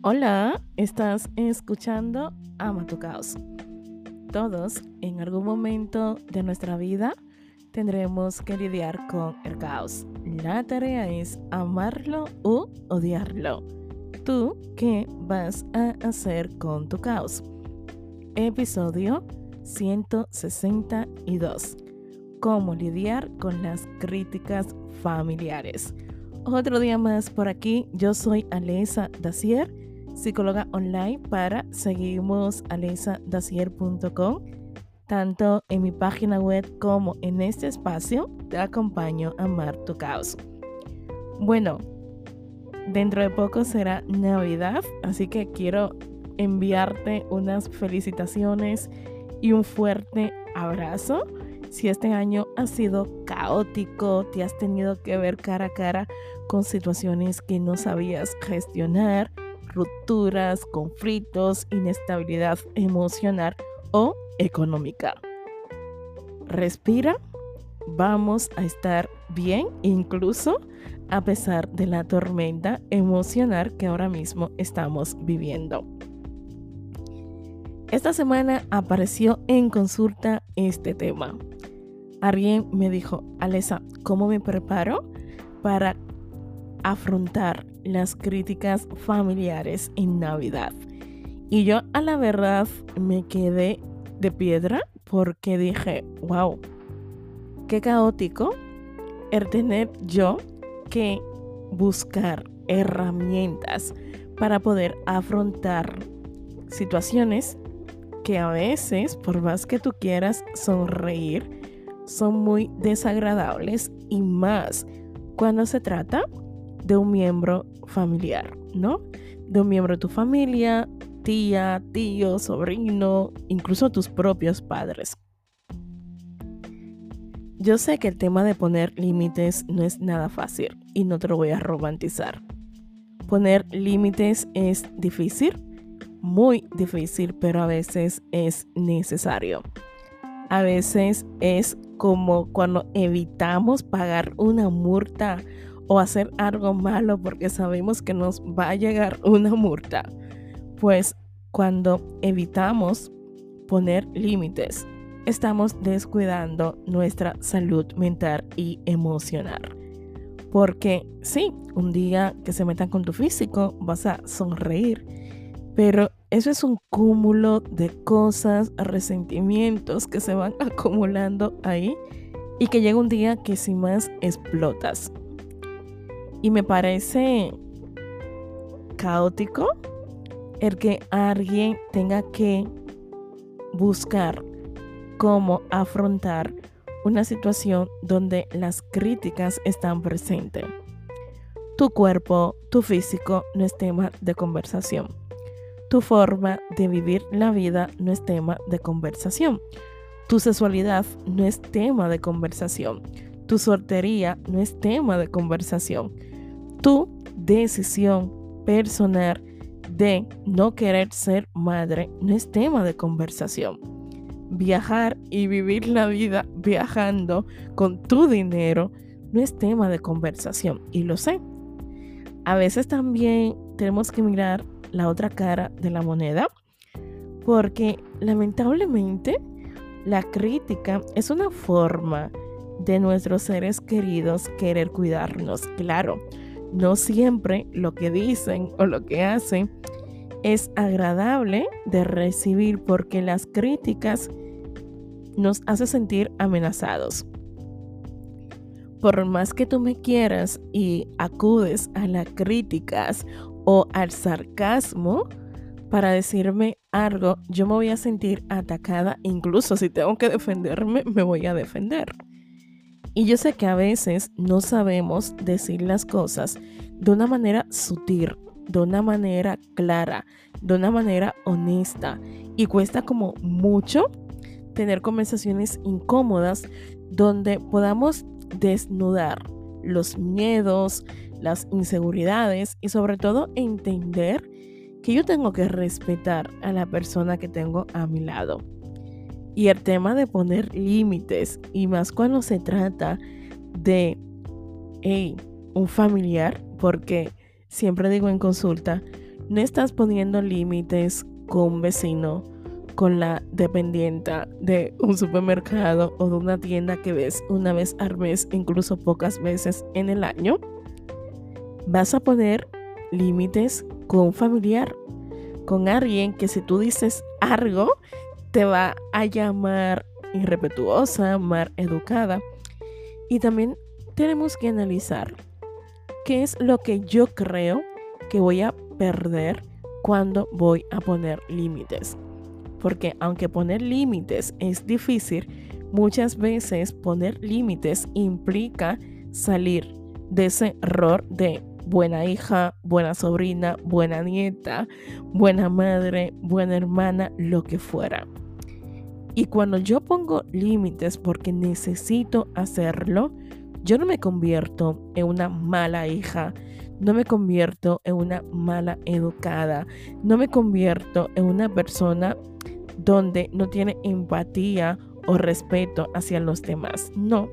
Hola, estás escuchando Ama tu Caos. Todos en algún momento de nuestra vida tendremos que lidiar con el caos. La tarea es amarlo u odiarlo. ¿Tú qué vas a hacer con tu caos? Episodio 162. ¿Cómo lidiar con las críticas familiares? Otro día más por aquí. Yo soy Alesa Dacier, psicóloga online para seguimos alesadacier.com. Tanto en mi página web como en este espacio te acompaño a amar tu caos. Bueno, dentro de poco será Navidad, así que quiero enviarte unas felicitaciones y un fuerte abrazo. Si este año ha sido caótico, te has tenido que ver cara a cara con situaciones que no sabías gestionar, rupturas, conflictos, inestabilidad emocional o económica. Respira, vamos a estar bien, incluso a pesar de la tormenta emocional que ahora mismo estamos viviendo. Esta semana apareció en consulta este tema. Alguien me dijo: Alesa, ¿cómo me preparo para afrontar las críticas familiares en Navidad? Y yo a la verdad me quedé de piedra porque dije, wow, qué caótico el tener yo que buscar herramientas para poder afrontar situaciones que a veces, por más que tú quieras sonreír, son muy desagradables, y más cuando se trata de un miembro familiar, ¿no? De un miembro de tu familia, tía, tío, sobrino, incluso tus propios padres. Yo sé que el tema de poner límites no es nada fácil y no te lo voy a romantizar. Poner límites es difícil, muy difícil, pero a veces es necesario. A veces es como cuando evitamos pagar una multa o hacer algo malo porque sabemos que nos va a llegar una multa. Pues cuando evitamos poner límites, estamos descuidando nuestra salud mental y emocional. Porque sí, un día que se metan con tu físico vas a sonreír, pero eso es un cúmulo de cosas, resentimientos que se van acumulando ahí y que llega un día que sin más explotas. Y me parece caótico el que alguien tenga que buscar cómo afrontar una situación donde las críticas están presentes. Tu cuerpo, tu físico no es tema de conversación. Tu forma de vivir la vida no es tema de conversación. Tu sexualidad no es tema de conversación. Tu soltería no es tema de conversación. Tu decisión personal de no querer ser madre no es tema de conversación. Viajar y vivir la vida viajando con tu dinero no es tema de conversación, y lo sé. A veces también tenemos que mirar la otra cara de la moneda, porque lamentablemente la crítica es una forma de nuestros seres queridos querer cuidarnos. Claro, no siempre lo que dicen o lo que hacen es agradable de recibir, porque las críticas nos hacen sentir amenazados. Por más que tú me quieras y acudes a las críticas o al sarcasmo para decirme algo, yo me voy a sentir atacada. Incluso si tengo que defenderme, me voy a defender. Y yo sé que a veces no sabemos decir las cosas de una manera sutil, de una manera clara, de una manera honesta, y cuesta como mucho tener conversaciones incómodas donde podamos desnudar los miedos, las inseguridades y sobre todo entender que yo tengo que respetar a la persona que tengo a mi lado. Y el tema de poner límites, y más cuando se trata de un familiar, porque siempre digo en consulta, No estás poniendo límites con un vecino, con la dependienta de un supermercado o de una tienda que ves una vez al mes, incluso pocas veces en el año. Vas a poner límites con un familiar, con alguien que si tú dices algo, te va a llamar irrespetuosa, mal educada. Y también tenemos que analizar qué es lo que yo creo que voy a perder cuando voy a poner límites. Porque aunque poner límites es difícil, muchas veces poner límites implica salir de ese rol de buena hija, buena sobrina, buena nieta, buena madre, buena hermana, lo que fuera. Y cuando yo pongo límites porque necesito hacerlo, yo no me convierto en una mala hija, no me convierto en una mala educada, no me convierto en una persona donde no tiene empatía o respeto hacia los demás. No.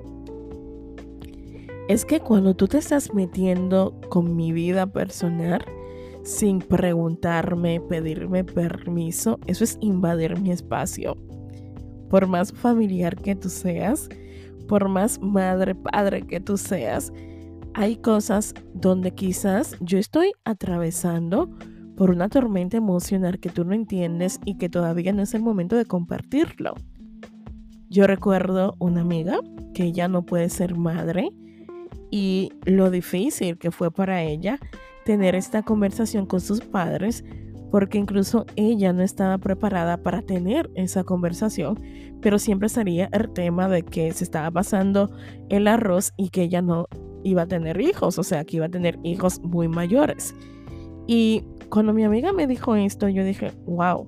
Es que cuando tú te estás metiendo con mi vida personal sin preguntarme, pedirme permiso, eso es invadir mi espacio. Por más familiar que tú seas, por más madre, padre que tú seas, hay cosas donde quizás yo estoy atravesando por una tormenta emocional que tú no entiendes y que todavía no es el momento de compartirlo. Yo recuerdo una amiga que ya no puede ser madre y lo difícil que fue para ella tener esta conversación con sus padres, porque incluso ella no estaba preparada para tener esa conversación, pero siempre salía el tema de que se estaba pasando el arroz y que ella no iba a tener hijos, o sea, que iba a tener hijos muy mayores. Y cuando mi amiga me dijo esto, yo dije, wow,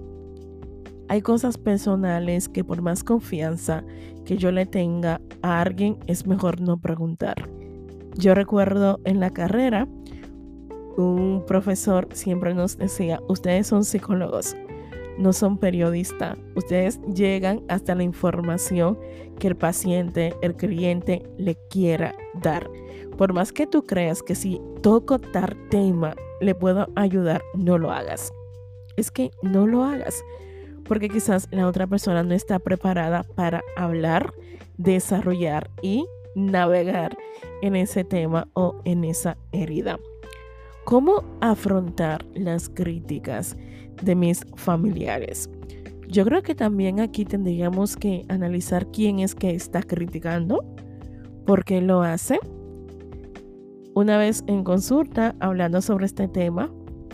hay cosas personales que por más confianza que yo le tenga a alguien, es mejor no preguntar. Yo recuerdo en la carrera, un profesor siempre nos decía, ustedes son psicólogos, no son periodistas. Ustedes llegan hasta la información que el paciente, el cliente le quiera dar. Por más que tú creas que si toco tal tema le puedo ayudar, no lo hagas. Es que no lo hagas, porque quizás la otra persona no está preparada para hablar, desarrollar y navegar en ese tema o en esa herida. ¿Cómo afrontar las críticas de mis familiares? Yo creo que también aquí tendríamos que analizar quién es que está criticando, por qué lo hace. Una vez en consulta, hablando sobre este tema,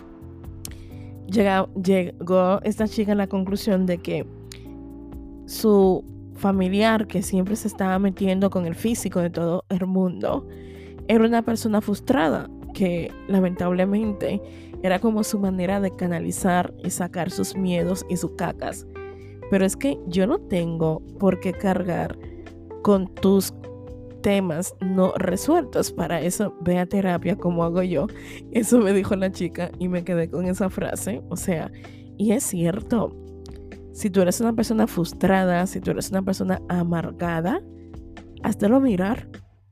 llegó esta chica a la conclusión de que su familiar, que siempre se estaba metiendo con el físico de todo el mundo, era una persona frustrada, que lamentablemente era como su manera de canalizar y sacar sus miedos y sus cacas. Pero es que yo no tengo por qué cargar con tus temas no resueltos. Para eso ve a terapia como hago yo. Eso me dijo la chica y me quedé con esa frase. O sea, y es cierto. Si tú eres una persona frustrada, si tú eres una persona amargada, háztelo mirar.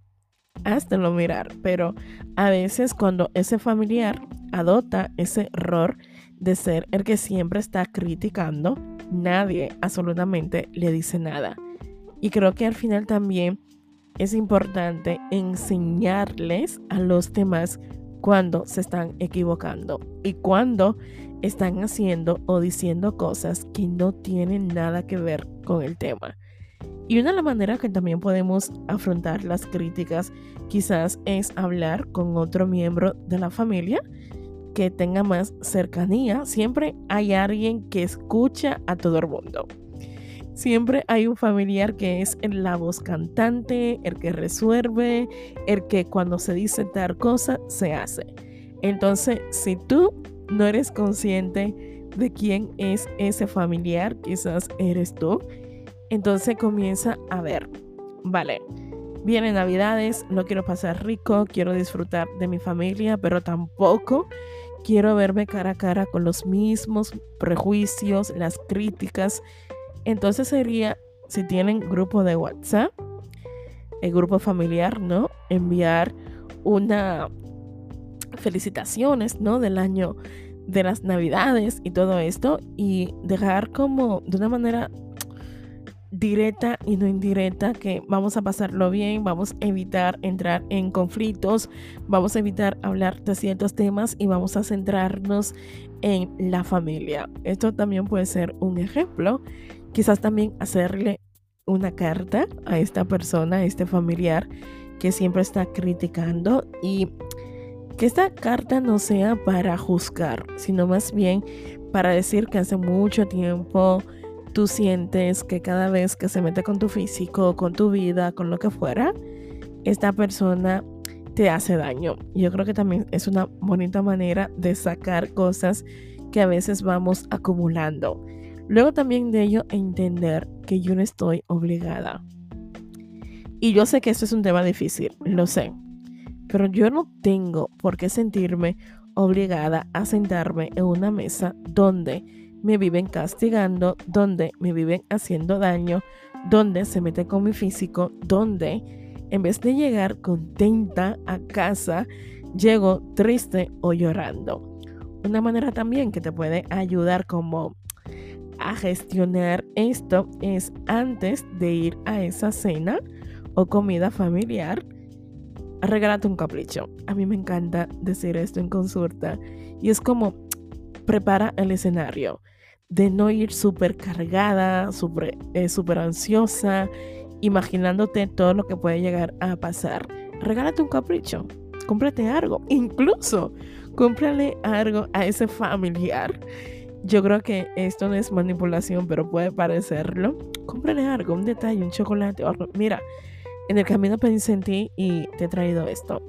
Pero a veces cuando ese familiar adopta ese error de ser el que siempre está criticando, nadie absolutamente le dice nada. Y creo que al final también es importante enseñarles a los demás cuando se están equivocando y cuando están haciendo o diciendo cosas que no tienen nada que ver con el tema. Y una de las maneras que también podemos afrontar las críticas quizás es hablar con otro miembro de la familia que tenga más cercanía. Siempre hay alguien que escucha a todo el mundo. Siempre hay un familiar que es la voz cantante, el que resuelve, el que cuando se dice tal cosa se hace. Entonces, si tú no eres consciente de quién es ese familiar, quizás eres tú, entonces comienza a ver, vale, vienen Navidades, no quiero pasar rico, quiero disfrutar de mi familia, pero tampoco quiero verme cara a cara con los mismos prejuicios, las críticas. Entonces sería, si tienen grupo de WhatsApp, el grupo familiar, ¿no? Enviar una felicitaciones, ¿no? Del año de las navidades y todo esto, y dejar como de una manera directa y no indirecta que vamos a pasarlo bien, vamos a evitar entrar en conflictos, vamos a evitar hablar de ciertos temas y vamos a centrarnos en la familia. Esto también puede ser un ejemplo. Quizás también hacerle una carta a esta persona, a este familiar que siempre está criticando, y que esta carta no sea para juzgar, sino más bien para decir que hace mucho tiempo tú sientes que cada vez que se mete con tu físico, con tu vida, con lo que fuera, esta persona te hace daño. Yo creo que también es una bonita manera de sacar cosas que a veces vamos acumulando. Luego también de ello, entender que yo no estoy obligada. Y yo sé que esto es un tema difícil, lo sé. Pero yo no tengo por qué sentirme obligada a sentarme en una mesa donde me viven castigando, donde me viven haciendo daño, donde se mete con mi físico, donde en vez de llegar contenta a casa, llego triste o llorando. Una manera también que te puede ayudar como a gestionar esto es, antes de ir a esa cena o comida familiar, regálate un capricho. A mí me encanta decir esto en consulta, y es como prepara el escenario de no ir súper cargada, súper ansiosa, imaginándote todo lo que puede llegar a pasar. Regálate un capricho, cómprate algo, incluso cómprale algo a ese familiar. Yo creo que esto no es manipulación, pero puede parecerlo. Cómprale algo, un detalle, un chocolate o algo. Mira, en el camino pensé en ti y te he traído esto.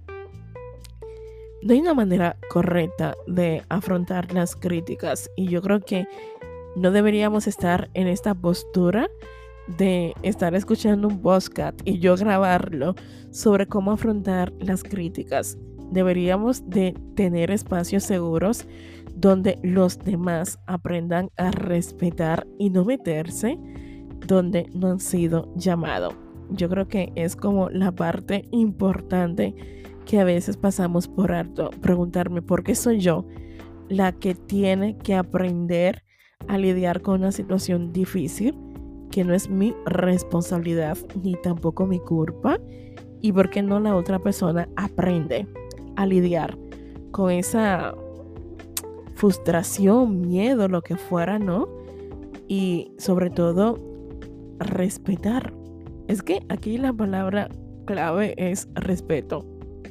No hay una manera correcta de afrontar las críticas, y yo creo que no deberíamos estar en esta postura de estar escuchando un podcast y yo grabarlo sobre cómo afrontar las críticas. Deberíamos de tener espacios seguros donde los demás aprendan a respetar y no meterse donde no han sido llamados. Yo creo que es como la parte importante que a veces pasamos por alto. Preguntarme por qué soy yo la que tiene que aprender a lidiar con una situación difícil que no es mi responsabilidad ni tampoco mi culpa, y por qué no la otra persona aprende a lidiar con esa frustración, miedo, lo que fuera, ¿no? Y sobre todo, respetar. Es que aquí la palabra clave es respeto.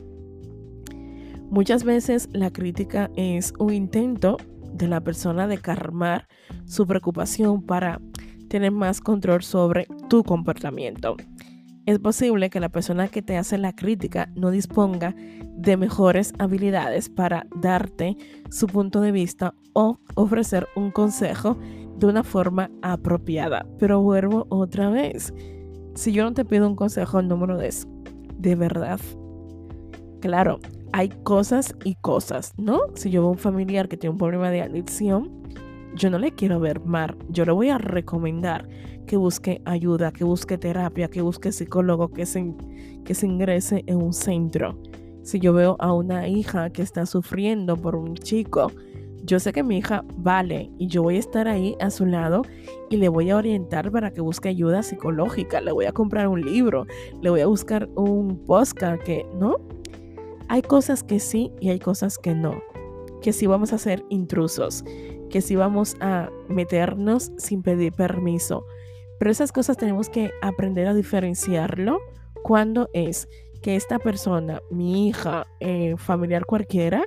Muchas veces la crítica es un intento de la persona de calmar su preocupación para tener más control sobre tu comportamiento. Es posible que la persona que te hace la crítica no disponga de mejores habilidades para darte su punto de vista o ofrecer un consejo de una forma apropiada. Pero vuelvo otra vez. Si yo no te pido un consejo, no me lo des. De verdad. Claro, hay cosas y cosas, ¿no? Si yo veo a un familiar que tiene un problema de adicción, yo no le quiero ver mal. Yo le voy a recomendar que busque ayuda, que busque terapia, que busque psicólogo, que se ingrese en un centro. Si yo veo a una hija que está sufriendo por un chico, yo sé que mi hija vale y yo voy a estar ahí a su lado y le voy a orientar para que busque ayuda psicológica. Le voy a comprar un libro, le voy a buscar un podcast, que, ¿no? Hay cosas que sí y hay cosas que no. Que sí vamos a ser intrusos, que sí vamos a meternos sin pedir permiso. Pero esas cosas tenemos que aprender a diferenciarlo cuando es que esta persona, mi hija, familiar cualquiera,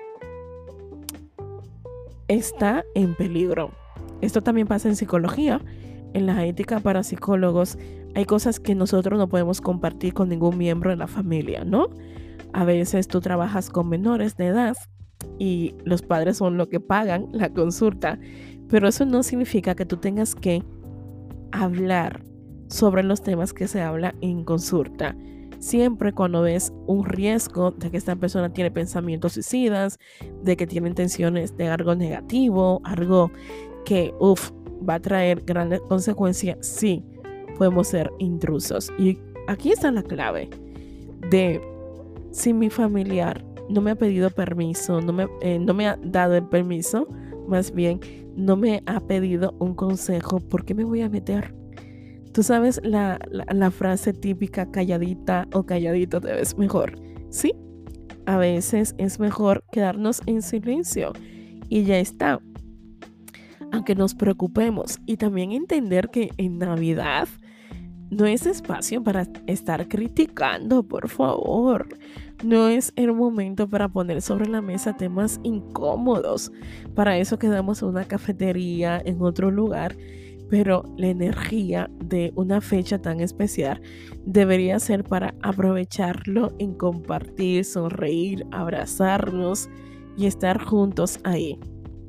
está en peligro. Esto también pasa en psicología. En la ética para psicólogos hay cosas que nosotros no podemos compartir con ningún miembro de la familia, ¿no? A veces tú trabajas con menores de edad y los padres son los que pagan la consulta, pero eso no significa que tú tengas que hablar sobre los temas que se habla en consulta. Siempre cuando ves un riesgo de que esta persona tiene pensamientos suicidas, de que tiene intenciones de algo negativo, algo que va a traer grandes consecuencias, sí, podemos ser intrusos. Y aquí está la clave de si mi familiar no me ha pedido permiso, no me ha dado el permiso, más bien no me ha pedido un consejo, ¿por qué me voy a meter? Tú sabes la frase típica, calladita o calladito te ves mejor. Sí, a veces es mejor quedarnos en silencio y ya está. Aunque nos preocupemos, y también entender que en Navidad no es espacio para estar criticando, por favor. No es el momento para poner sobre la mesa temas incómodos. Para eso quedamos en una cafetería, en otro lugar. Pero la energía de una fecha tan especial debería ser para aprovecharlo en compartir, sonreír, abrazarnos y estar juntos ahí.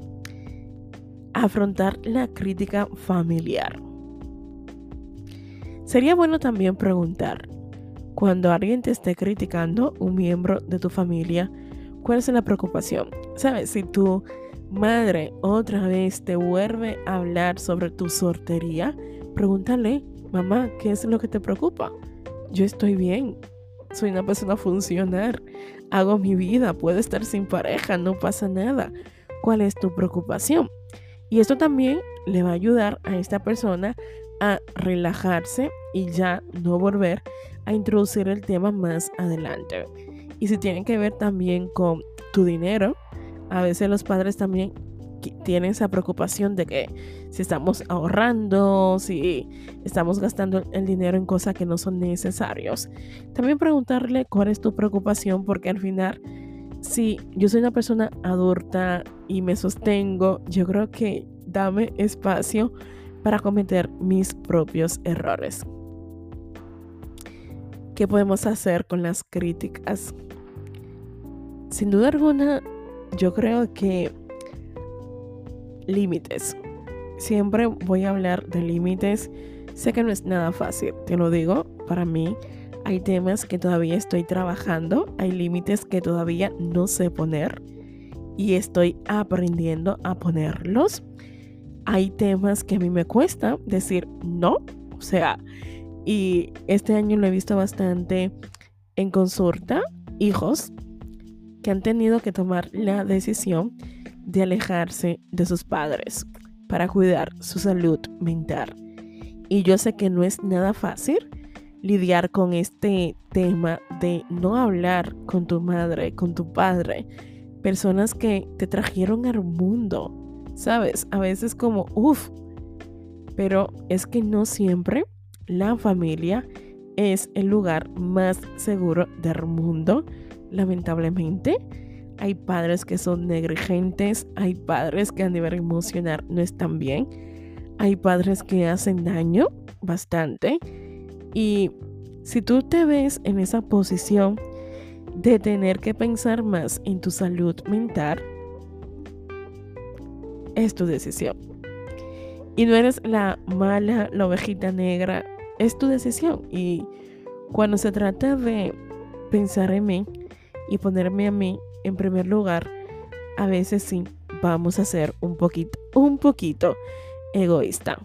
Afrontar la crítica familiar. Sería bueno también preguntar, cuando alguien te esté criticando, un miembro de tu familia, ¿cuál es la preocupación? ¿Sabes? Si tu madre otra vez te vuelve a hablar sobre tu soltería, pregúntale, mamá, ¿qué es lo que te preocupa? Yo estoy bien, soy una persona funcional, hago mi vida, puedo estar sin pareja, no pasa nada. ¿Cuál es tu preocupación? Y esto también le va a ayudar a esta persona a relajarse y ya no volver a introducir el tema más adelante. Y si tiene que ver también con tu dinero, a veces los padres también tienen esa preocupación de que si estamos ahorrando, si estamos gastando el dinero en cosas que no son necesarios. También preguntarle cuál es tu preocupación, porque al final, si yo soy una persona adulta y me sostengo, yo creo que dame espacio para cometer mis propios errores. ¿Qué podemos hacer con las críticas? Sin duda alguna, yo creo que límites. Siempre voy a hablar de límites. Sé que no es nada fácil, te lo digo. Para mí hay temas que todavía estoy trabajando, hay límites que todavía no sé poner y estoy aprendiendo a ponerlos. Hay temas que a mí me cuesta decir no, o sea, y este año lo he visto bastante en consulta, hijos que han tenido que tomar la decisión de alejarse de sus padres para cuidar su salud mental. Y yo sé que no es nada fácil lidiar con este tema de no hablar con tu madre, con tu padre, personas que te trajeron al mundo, ¿sabes? A veces como, pero es que no siempre la familia es el lugar más seguro del mundo. Lamentablemente, hay padres que son negligentes, hay padres que a nivel emocional no están bien, hay padres que hacen daño bastante. Y si tú te ves en esa posición de tener que pensar más en tu salud mental, es tu decisión. Y no eres la mala, la ovejita negra, es tu decisión. Y cuando se trata de pensar en mí y ponerme a mí en primer lugar, a veces sí vamos a ser un poquito egoísta.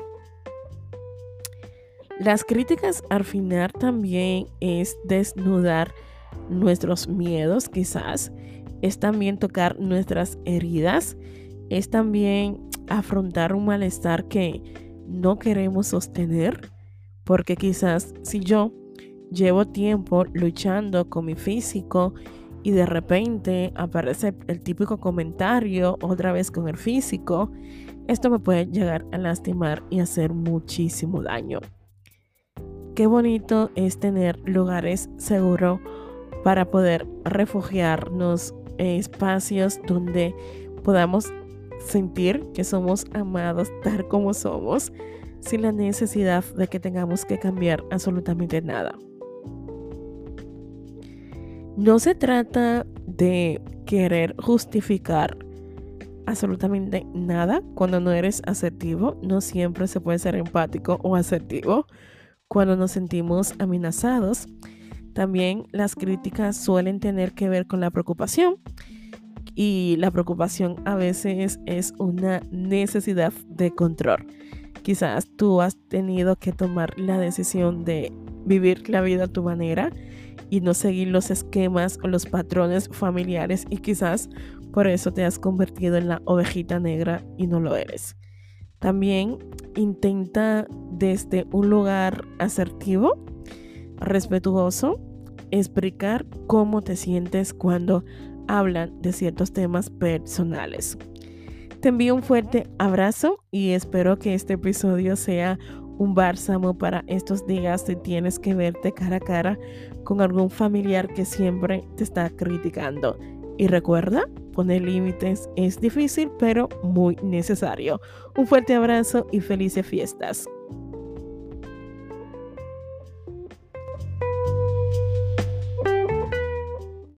Las críticas al final también es desnudar nuestros miedos, quizás. Es también tocar nuestras heridas. Es también afrontar un malestar que no queremos sostener. Porque quizás si yo llevo tiempo luchando con mi físico y de repente aparece el típico comentario otra vez con el físico, esto me puede llegar a lastimar y hacer muchísimo daño. Qué bonito es tener lugares seguros para poder refugiarnos, espacios donde podamos sentir que somos amados tal como somos, sin la necesidad de que tengamos que cambiar absolutamente nada. No se trata de querer justificar absolutamente nada cuando no eres asertivo. No siempre se puede ser empático o asertivo cuando nos sentimos amenazados. También las críticas suelen tener que ver con la preocupación, y la preocupación a veces es una necesidad de control. Quizás tú has tenido que tomar la decisión de vivir la vida a tu manera y no seguir los esquemas o los patrones familiares, y quizás por eso te has convertido en la ovejita negra y no lo eres. También intenta desde un lugar asertivo, respetuoso, explicar cómo te sientes cuando hablan de ciertos temas personales. Te envío un fuerte abrazo y espero que este episodio sea un bálsamo para estos días si tienes que verte cara a cara con algún familiar que siempre te está criticando. Y recuerda, poner límites es difícil, pero muy necesario. Un fuerte abrazo y felices fiestas.